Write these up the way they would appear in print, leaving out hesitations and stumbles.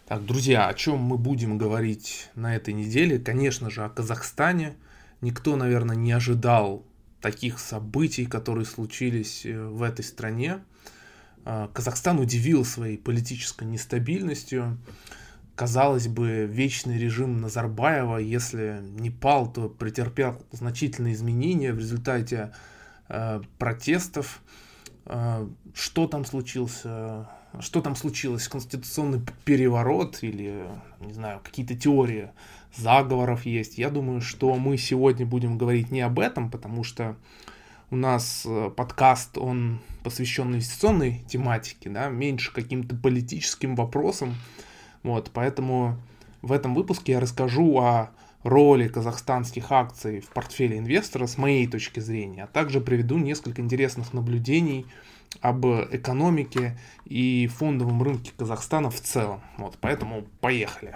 Так, друзья, о чем мы будем говорить на этой неделе? Конечно же, о Казахстане. Никто, наверное, не ожидал таких событий, которые случились в этой стране. Казахстан удивил своей политической нестабильностью. Казалось бы, вечный режим Назарбаева, если не пал, то претерпел значительные изменения в результате протестов. Что там случился? Что там случилось? Конституционный переворот или, не знаю, какие-то теории заговоров есть? Я думаю, что мы сегодня будем говорить не об этом, потому что у нас подкаст, он посвящен инвестиционной тематике, да, меньше каким-то политическим вопросам. Вот, поэтому в этом выпуске я расскажу о роли казахстанских акций в портфеле инвестора с моей точки зрения, а также приведу несколько интересных наблюдений об экономике и фондовом рынке Казахстана в целом. Вот, поэтому поехали.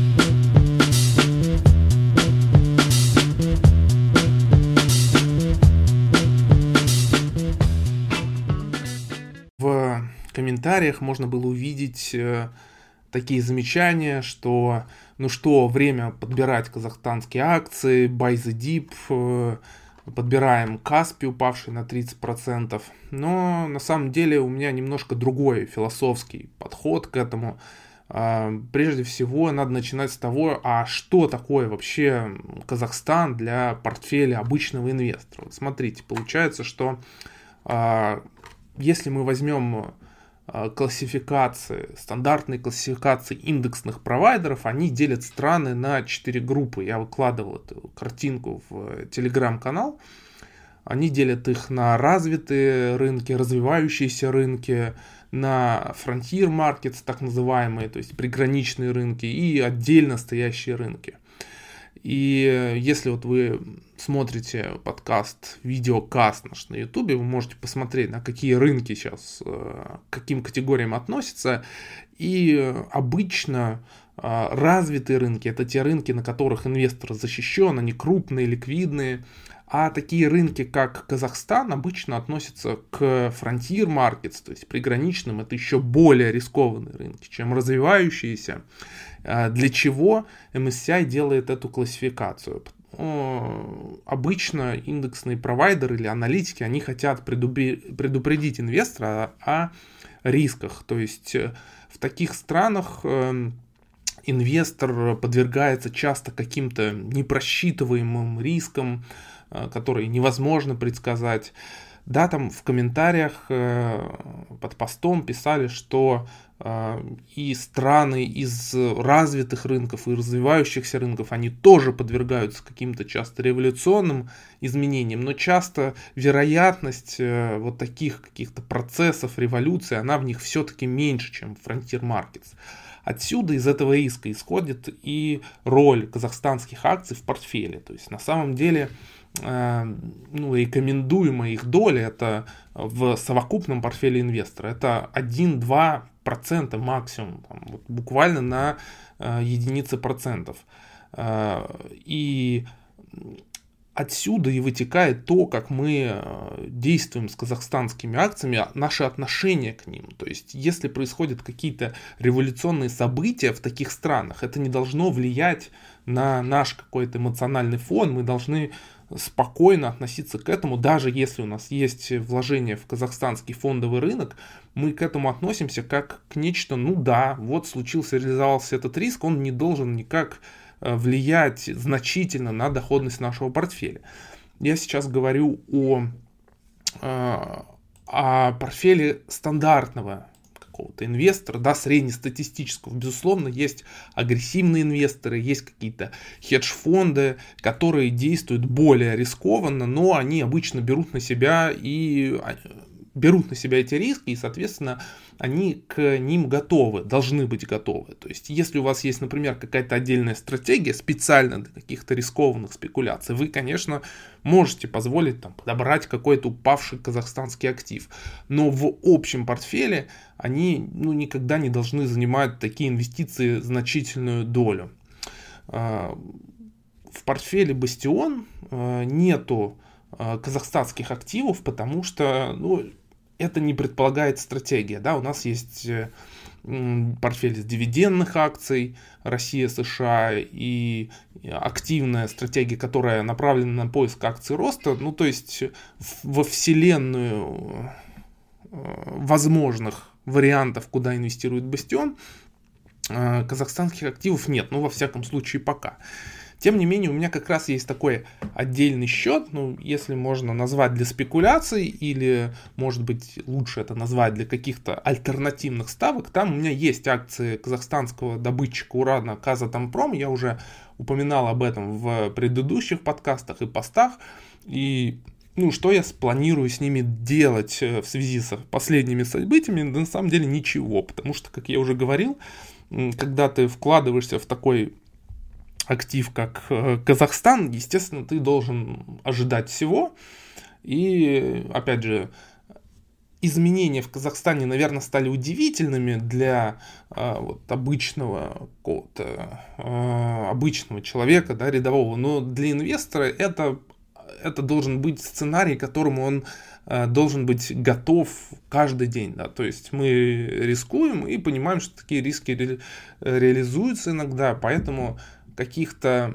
В комментариях можно было увидеть такие замечания, что время подбирать казахстанские акции, buy the dip, подбираем Каспий, упавший на 30%. Но на самом деле у меня немножко другой философский подход к этому. Прежде всего надо начинать с того, а что такое вообще Казахстан для портфеля обычного инвестора. Вот смотрите, получается, что если мы возьмем стандартные классификации индексных провайдеров, они делят страны на 4 группы. Я выкладывал эту картинку в телеграм-канал. Они делят их на развитые рынки, развивающиеся рынки, на frontier markets, так называемые, то есть приграничные рынки, и отдельно стоящие рынки. И если вот вы смотрите видеокаст наш на YouTube, вы можете посмотреть, на какие рынки сейчас, к каким категориям относятся. И обычно развитые рынки — это те рынки, на которых инвестор защищен, они крупные, ликвидные. А такие рынки, как Казахстан, обычно относятся к frontier markets, то есть приграничным. Это еще более рискованные рынки, чем развивающиеся. Для чего MSCI делает эту классификацию? Обычно индексные провайдеры или аналитики, они хотят предупредить инвестора о рисках. То есть в таких странах инвестор подвергается часто каким-то непросчитываемым рискам, которые невозможно предсказать. Да, там в комментариях под постом писали, что и страны из развитых рынков и развивающихся рынков, они тоже подвергаются каким-то часто революционным изменениям, но часто вероятность вот таких каких-то процессов, революций, она в них все-таки меньше, чем в frontier markets. Отсюда из этого риска исходит и роль казахстанских акций в портфеле. То есть на самом деле рекомендуемая их доля это в совокупном портфеле инвестора это 1-2% максимум, вот буквально на единицы процентов. И отсюда и вытекает то, как мы действуем с казахстанскими акциями, наше отношение к ним. То есть, если происходят какие-то революционные события в таких странах, это не должно влиять на наш какой-то эмоциональный фон. Мы должны спокойно относиться к этому, даже если у нас есть вложение в казахстанский фондовый рынок, мы к этому относимся как к нечто, вот реализовался этот риск, он не должен никак влиять значительно на доходность нашего портфеля. Я сейчас говорю о портфеле стандартного какого-то инвестора, среднестатистического. Безусловно, есть агрессивные инвесторы, есть какие-то хедж-фонды, которые действуют более рискованно, но они обычно берут на себя эти риски, и, соответственно, они к ним готовы, должны быть готовы. То есть, если у вас есть, например, какая-то отдельная стратегия специально для каких-то рискованных спекуляций, вы, конечно, можете позволить подобрать какой-то упавший казахстанский актив. Но в общем портфеле они никогда не должны занимать такие инвестиции значительную долю. В портфеле Бастион нету казахстанских активов, потому что это не предполагает стратегия. Да? У нас есть портфель из дивидендных акций Россия-США и активная стратегия, которая направлена на поиск акций роста. Ну, то есть во вселенную возможных вариантов, куда инвестирует Бастион, казахстанских активов нет, ну, во всяком случае, пока. Тем не менее, у меня как раз есть такой отдельный счет, ну, если можно назвать для спекуляций, или, может быть, лучше это назвать для каких-то альтернативных ставок. Там у меня есть акции казахстанского добытчика урана Казатомпром, я уже упоминал об этом в предыдущих подкастах и постах, и ну, что я планирую с ними делать в связи с последними событиями, да на самом деле ничего, потому что, как я уже говорил, когда ты вкладываешься в такой актив, как Казахстан, естественно, ты должен ожидать всего. И, опять же, изменения в Казахстане, наверное, стали удивительными для обычного человека, да, рядового. Но для инвестора это должен быть сценарий, к которому он должен быть готов каждый день. Да? То есть мы рискуем и понимаем, что такие риски реализуются иногда, поэтому каких-то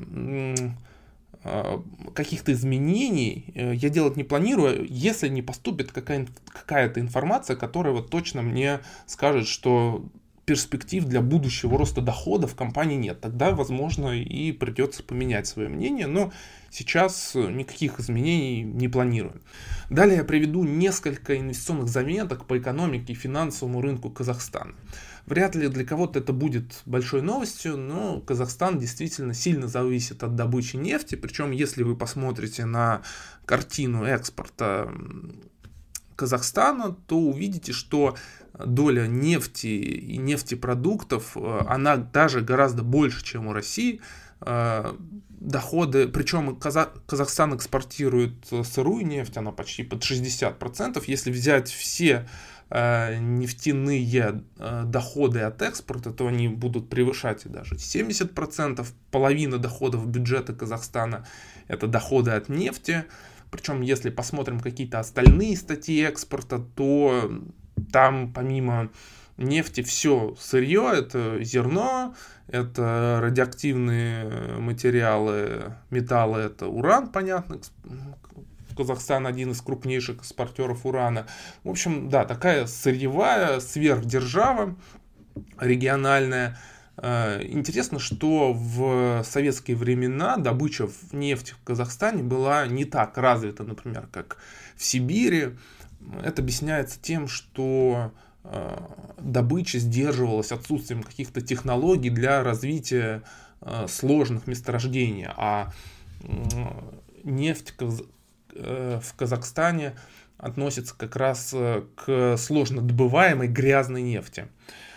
изменений я делать не планирую, если не поступит какая-то информация, которая вот точно мне скажет, что перспектив для будущего роста дохода в компании нет. Тогда, возможно, и придется поменять свое мнение, но сейчас никаких изменений не планирую. Далее я приведу несколько инвестиционных заметок по экономике и финансовому рынку Казахстана. Вряд ли для кого-то это будет большой новостью, но Казахстан действительно сильно зависит от добычи нефти. Причем, если вы посмотрите на картину экспорта Казахстана, то увидите, что доля нефти и нефтепродуктов, она даже гораздо больше, чем у России. Доходы, причем Казахстан экспортирует сырую нефть, она почти под 60%. Если взять все нефтяные доходы от экспорта, то они будут превышать и даже 70%. Половина доходов бюджета Казахстана – это доходы от нефти. Причем, если посмотрим какие-то остальные статьи экспорта, то там помимо нефти все сырье, это зерно, это радиоактивные материалы, металлы, это уран, понятно. Казахстан один из крупнейших экспортеров урана. В общем, да, такая сырьевая сверхдержава региональная. Интересно, что в советские времена добыча нефти в Казахстане была не так развита, например, как в Сибири. Это объясняется тем, что добыча сдерживалась отсутствием каких-то технологий для развития сложных месторождений, а нефть в Казахстане относится как раз к сложно добываемой грязной нефти.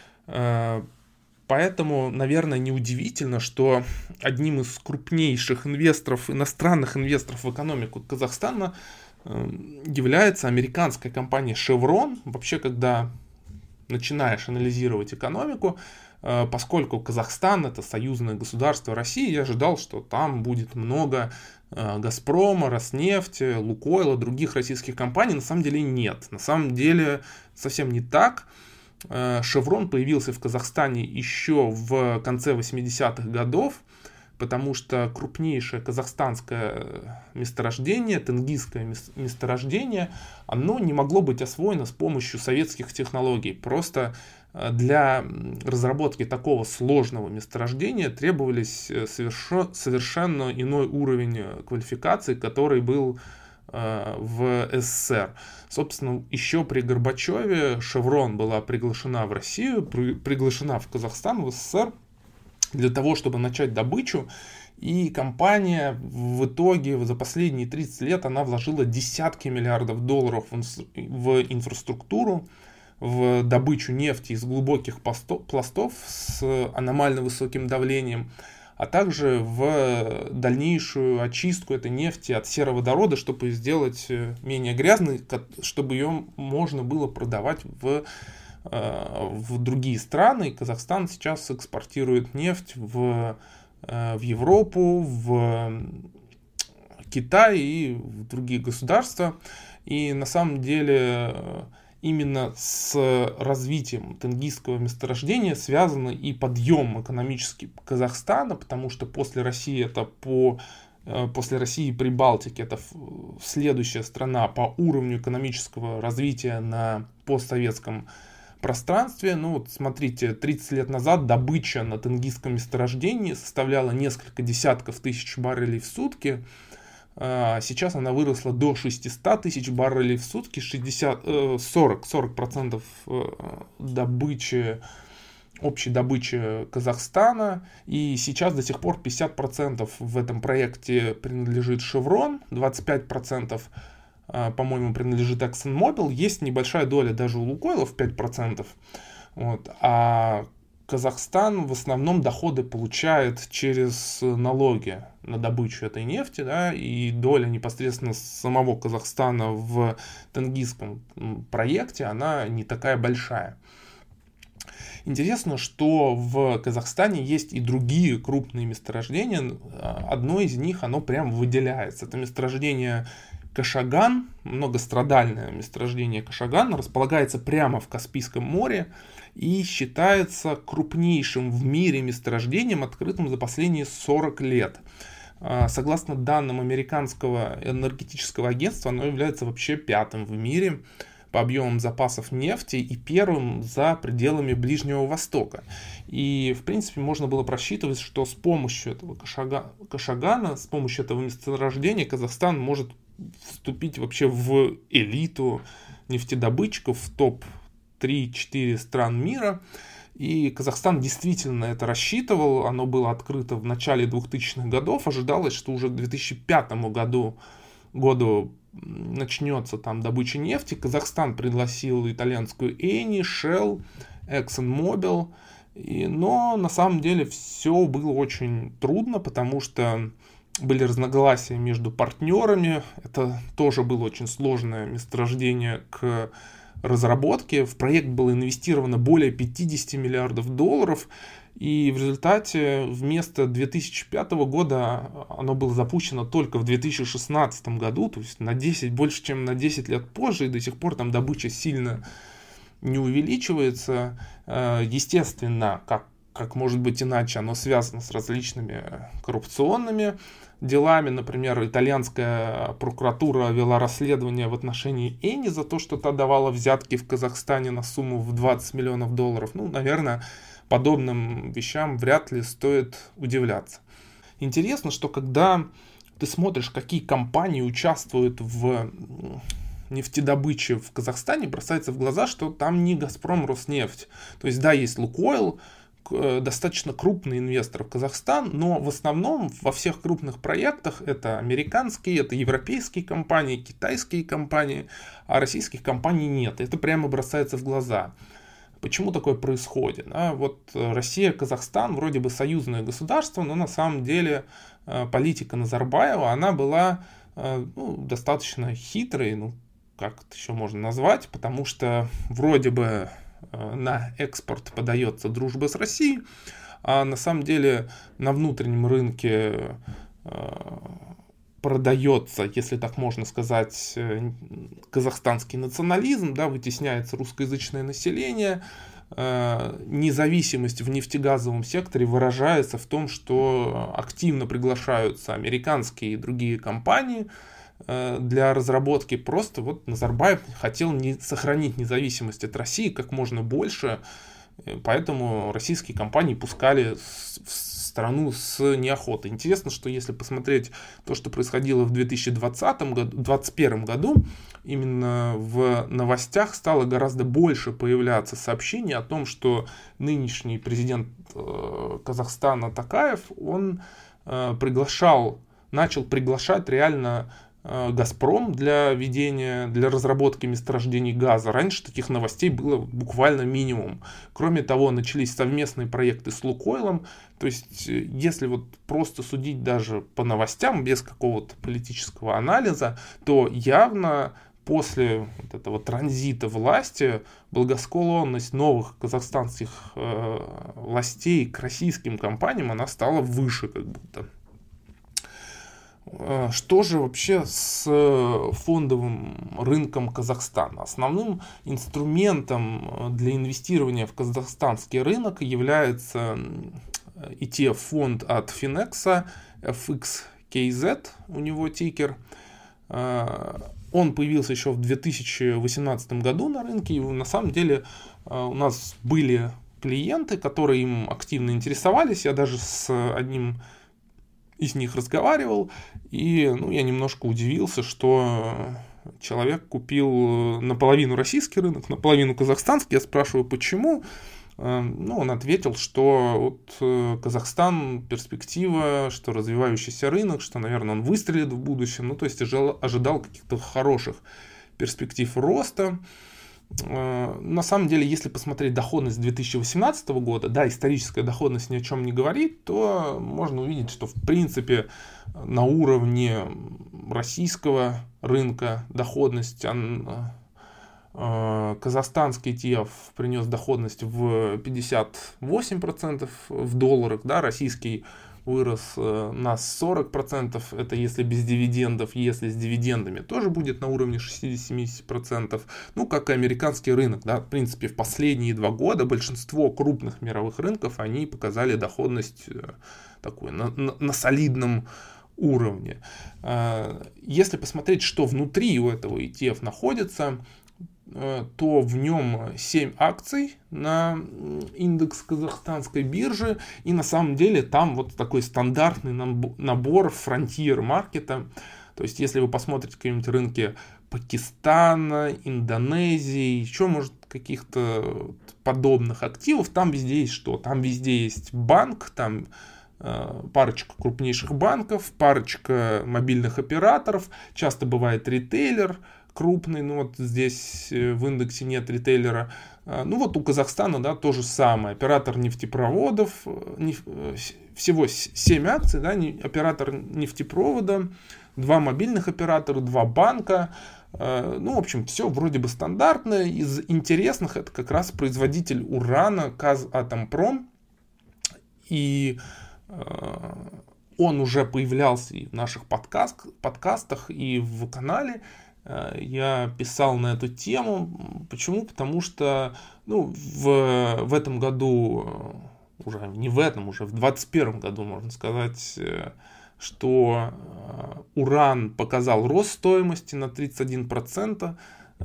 Поэтому, наверное, неудивительно, что одним из крупнейших инвесторов, иностранных инвесторов в экономику Казахстана является американская компания Chevron. Вообще, когда начинаешь анализировать экономику, поскольку Казахстан это союзное государство России, я ожидал, что там будет много Газпрома, Роснефти, Лукойла, других российских компаний. На самом деле нет. На самом деле совсем не так. Chevron появился в Казахстане еще в конце 80-х годов, потому что крупнейшее казахстанское месторождение, тенгизское месторождение, оно не могло быть освоено с помощью советских технологий. Просто для разработки такого сложного месторождения требовались совершенно иной уровень квалификации, который был в СССР. Собственно, еще при Горбачеве Chevron была приглашена в Россию, приглашена в Казахстан, в СССР, для того, чтобы начать добычу. И компания в итоге за последние 30 лет она вложила десятки миллиардов долларов в инфраструктуру, в добычу нефти из глубоких пластов с аномально высоким давлением, а также в дальнейшую очистку этой нефти от сероводорода, чтобы сделать менее грязной, чтобы ее можно было продавать в другие страны. Казахстан сейчас экспортирует нефть в Европу, в Китай и в другие государства. И на самом деле именно с развитием тенгизского месторождения связан и подъем экономический Казахстана, потому что после России и Прибалтики это следующая страна по уровню экономического развития на постсоветском пространстве. Ну вот смотрите, 30 лет назад добыча на тенгизском месторождении составляла несколько десятков тысяч баррелей в сутки. Сейчас она выросла до 600 тысяч баррелей в сутки, 40% общей добычи Казахстана. И сейчас до сих пор 50% в этом проекте принадлежит Chevron, 25%, по-моему, принадлежит ExxonMobil. Есть небольшая доля даже у Лукойла в 5%. Вот. А Казахстан в основном доходы получает через налоги на добычу этой нефти, да, и доля непосредственно самого Казахстана в тенгизском проекте, она не такая большая. Интересно, что в Казахстане есть и другие крупные месторождения. Одно из них, оно прям выделяется. Это месторождение Кашаган, многострадальное месторождение Кашаган, располагается прямо в Каспийском море и считается крупнейшим в мире месторождением, открытым за последние 40 лет. Согласно данным американского энергетического агентства, оно является вообще 5-м в мире по объемам запасов нефти и 1-м за пределами Ближнего Востока. И, в принципе, можно было просчитывать, что с помощью этого Кашагана, с помощью этого месторождения Казахстан может вступить вообще в элиту нефтедобытчиков, в топ-3-4 стран мира. И Казахстан действительно это рассчитывал. Оно было открыто в начале 2000-х годов. Ожидалось, что уже к 2005 году начнется там добыча нефти. Казахстан пригласил итальянскую Eni, Shell, ExxonMobil. Но на самом деле все было очень трудно, потому что были разногласия между партнерами. Это тоже было очень сложное месторождение к разработке. В проект было инвестировано более 50 миллиардов долларов. И в результате вместо 2005 года оно было запущено только в 2016 году, то есть больше чем на 10 лет позже, и до сих пор там добыча сильно не увеличивается. Естественно, как может быть иначе, оно связано с различными коррупционными делами. Например, итальянская прокуратура вела расследование в отношении Eni за то, что та давала взятки в Казахстане на сумму в 20 миллионов долларов. Ну, наверное, подобным вещам вряд ли стоит удивляться. Интересно, что когда ты смотришь, какие компании участвуют в нефтедобыче в Казахстане, бросается в глаза, что там не Газпром, Роснефть. То есть, да, есть Лукойл, достаточно крупный инвестор в Казахстан, но в основном во всех крупных проектах это американские, это европейские компании, китайские компании, а российских компаний нет. Это прямо бросается в глаза. Почему такое происходит? Вот Россия, Казахстан вроде бы союзное государство, но на самом деле политика Назарбаева, она была достаточно хитрой, как это еще можно назвать, потому что вроде бы на экспорт подается дружба с Россией, а на самом деле на внутреннем рынке продается, если так можно сказать, казахстанский национализм, да, вытесняется русскоязычное население. Независимость в нефтегазовом секторе выражается в том, что активно приглашаются американские и другие компании для разработки. Просто вот Назарбаев хотел сохранить независимость от России как можно больше, поэтому российские компании пускали в страну с неохотой. Интересно, что если посмотреть то, что происходило в 2021 году, именно в новостях стало гораздо больше появляться сообщений о том, что нынешний президент Казахстана Токаев, он начал приглашать реально Газпром для разработки месторождений газа. Раньше таких новостей было буквально минимум. Кроме того, начались совместные проекты с Лукойлом. То есть, если вот просто судить даже по новостям, без какого-то политического анализа, то явно после вот этого транзита власти благосклонность новых казахстанских властей к российским компаниям, она стала выше как будто. Что же вообще с фондовым рынком Казахстана? Основным инструментом для инвестирования в казахстанский рынок является ETF-фонд от Finex, FXKZ, у него тикер. Он появился еще в 2018 году на рынке, и на самом деле у нас были клиенты, которые им активно интересовались. Я даже с одним из них разговаривал, и я немножко удивился, что человек купил наполовину российский рынок, наполовину казахстанский. Я спрашиваю, почему? Он ответил, что Казахстан перспектива, что развивающийся рынок, что, наверное, он выстрелит в будущем. То есть ожидал каких-то хороших перспектив роста. На самом деле, если посмотреть доходность 2018 года, да, историческая доходность ни о чем не говорит, то можно увидеть, что в принципе на уровне российского рынка доходность, казахстанский ETF принес доходность в 58% в долларах, да, российский вырос на 40%, это если без дивидендов, если с дивидендами тоже будет на уровне 60-70%, как и американский рынок, да, в принципе, в последние 2 года большинство крупных мировых рынков, они показали доходность такую на солидном уровне. Если посмотреть, что внутри у этого ETF находится, то в нем 7 акций на индекс казахстанской биржи, и на самом деле там вот такой стандартный набор фронтир маркета. То есть если вы посмотрите какие-нибудь рынки Пакистана, Индонезии, еще может каких-то подобных активов, там везде есть что? Там везде есть банк, там парочка крупнейших банков, парочка мобильных операторов, часто бывает ритейлер крупный, здесь в индексе нет ритейлера. У Казахстана, да, то же самое. Оператор нефтепроводов, всего 7 акций, да, оператор нефтепровода, 2 мобильных оператора, 2 банка. В общем, все вроде бы стандартно. Из интересных это как раз производитель урана Казатомпром. И он уже появлялся и в наших подкастах, и в канале. Я писал на эту тему. Почему? Потому что в этом году, уже не в этом, уже в 2021 году, можно сказать, что уран показал рост стоимости на 31%.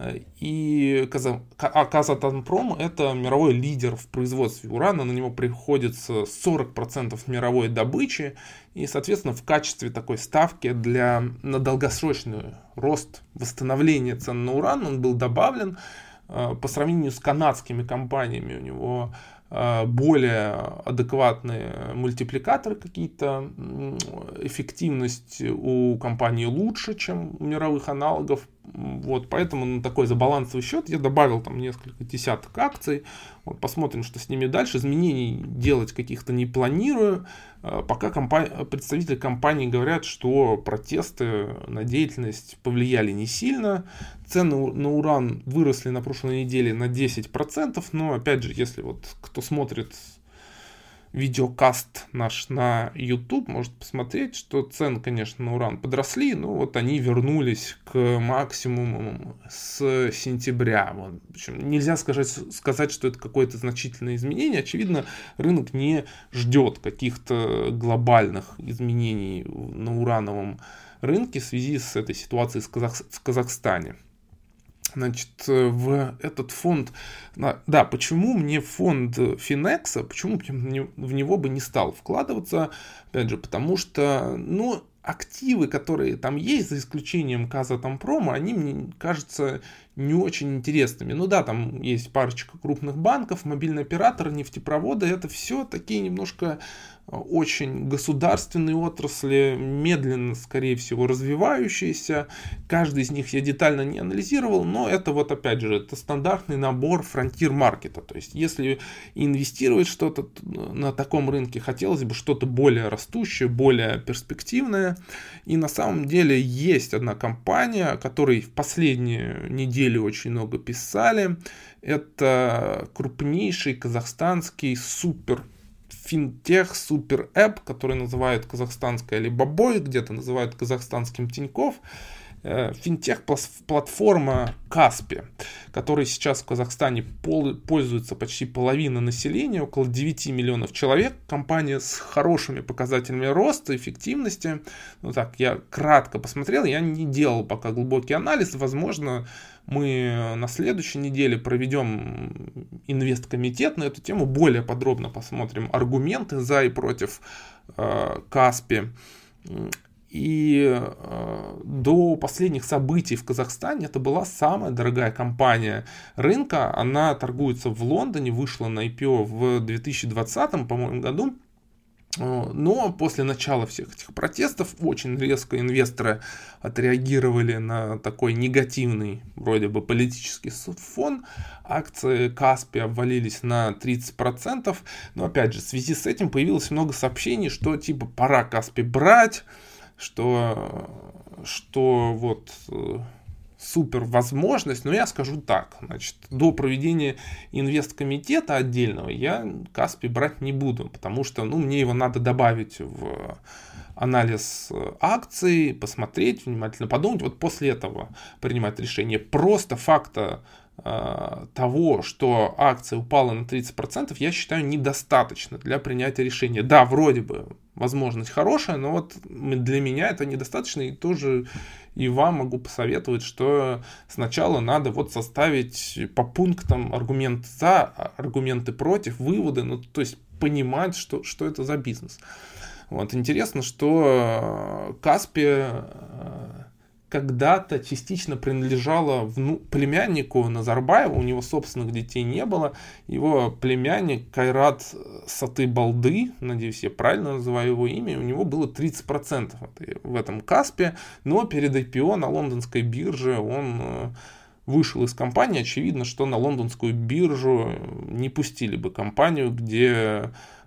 И Казатомпром — это мировой лидер в производстве урана, на него приходится 40% мировой добычи, и, соответственно, в качестве такой ставки на долгосрочный рост, восстановление цен на уран он был добавлен. По сравнению с канадскими компаниями у него более адекватные мультипликаторы какие-то, эффективность у компании лучше, чем у мировых аналогов. Поэтому на такой забалансовый счет я добавил там несколько десяток акций. Посмотрим, что с ними дальше. Изменений делать каких-то не планирую. Пока представители компании говорят, что протесты на деятельность повлияли не сильно. Цены на уран выросли на прошлой неделе на 10%. Но опять же, если кто смотрит видеокаст наш на YouTube, может посмотреть, что цены, конечно, на уран подросли, но они вернулись к максимуму с сентября. Причем нельзя сказать, что это какое-то значительное изменение. Очевидно, рынок не ждет каких-то глобальных изменений на урановом рынке в связи с этой ситуацией в Казахстане. Значит, в этот фонд, да, почему мне фонд Finex, почему в него бы не стал вкладываться, опять же, потому что, активы, которые там есть, за исключением Казатомпрома, они, мне кажется, не очень интересными. Там есть парочка крупных банков, мобильные операторы, нефтепроводы, это все такие немножко очень государственные отрасли, медленно, скорее всего, развивающиеся. Каждый из них я детально не анализировал, но это опять же, это стандартный набор фронтир-маркета. То есть, если инвестировать что-то на таком рынке, хотелось бы что-то более растущее, более перспективное. И на самом деле есть одна компания, о которой в последнюю неделю очень много писали. Это крупнейший казахстанский финтех супер эп, который называют казахстанской Алибабой, где-то называют казахстанским Тинькофф. Финтех-платформа Каспи, которой сейчас в Казахстане пользуется почти половина населения, около 9 миллионов человек. Компания с хорошими показателями роста, эффективности. Ну так, я кратко посмотрел, я не делал пока глубокий анализ. Возможно, мы на следующей неделе проведем инвесткомитет на эту тему, более подробно посмотрим аргументы за и против Каспи. И до последних событий в Казахстане это была самая дорогая компания рынка. Она торгуется в Лондоне, вышла на IPO в 2020, по-моему, году. Но после начала всех этих протестов очень резко инвесторы отреагировали на такой негативный, вроде бы, политический фон. Акции Каспи обвалились на 30%. Но опять же, в связи с этим появилось много сообщений, что типа пора Каспи брать, что вот супер возможность, но я скажу так, значит, до проведения инвесткомитета отдельного я Каспи брать не буду, потому что, мне его надо добавить в анализ акций, посмотреть, внимательно подумать, вот после этого принимать решение. Просто факта того, что акция упала на 30%, я считаю недостаточно для принятия решения. Да, вроде бы возможность хорошая, но вот для меня это недостаточно, и тоже и вам могу посоветовать, что сначала надо вот составить по пунктам аргументы за, аргументы против, выводы, то есть понимать, что это за бизнес. Вот, интересно, что Каспи когда-то частично принадлежала племяннику Назарбаева, у него собственных детей не было. Его племянник Кайрат Саты-Балды, надеюсь, я правильно называю его имя, у него было 30% в этом Каспе, но перед IPO на лондонской бирже он вышел из компании. Очевидно, что на лондонскую биржу не пустили бы компанию, где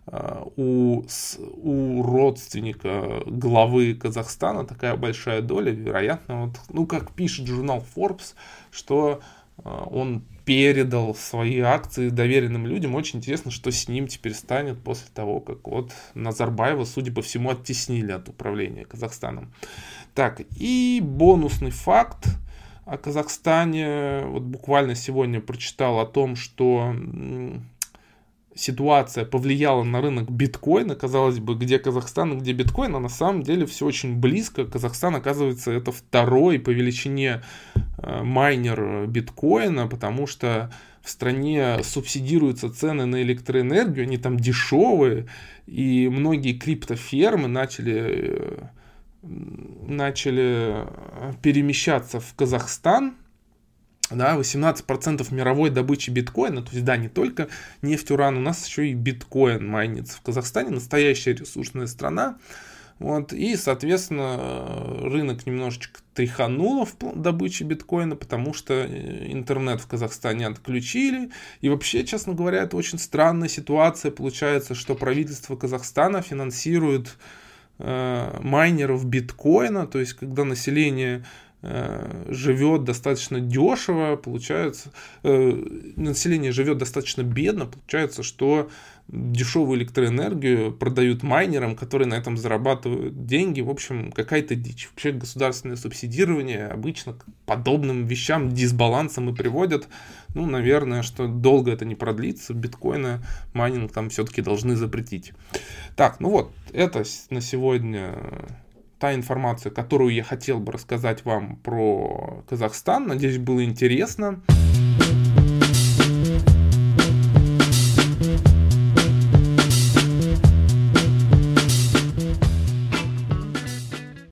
у родственника главы Казахстана такая большая доля, вероятно, как пишет журнал Forbes, что он передал свои акции доверенным людям. Очень интересно, что с ним теперь станет после того, как Назарбаева, судя по всему, оттеснили от управления Казахстаном. Так, и бонусный факт о Казахстане. Вот буквально сегодня прочитал о том, что ситуация повлияла на рынок биткоина. Казалось бы, где Казахстан, где биткоин, а на самом деле все очень близко. Казахстан, оказывается, это второй по величине майнер биткоина, потому что в стране субсидируются цены на электроэнергию, они там дешевые, и многие криптофермы начали перемещаться в Казахстан. Да, 18% мировой добычи биткоина, то есть, да, не только нефть, уран, у нас еще и биткоин майнится в Казахстане, настоящая ресурсная страна. Вот, и, соответственно, рынок немножечко тряхануло в добыче биткоина, потому что интернет в Казахстане отключили. И вообще, честно говоря, это очень странная ситуация. Получается, что правительство Казахстана финансирует майнеров биткоина, то есть, когда население живет достаточно дешево, получается, население живет достаточно бедно, получается, что дешевую электроэнергию продают майнерам, которые на этом зарабатывают деньги. В общем, какая-то дичь. Вообще государственное субсидирование обычно к подобным вещам, дисбалансам и приводят. Наверное, что долго это не продлится. Биткоина майнинг там все-таки должны запретить. Так, это на сегодня та информация, которую я хотел бы рассказать вам про Казахстан. Надеюсь, было интересно.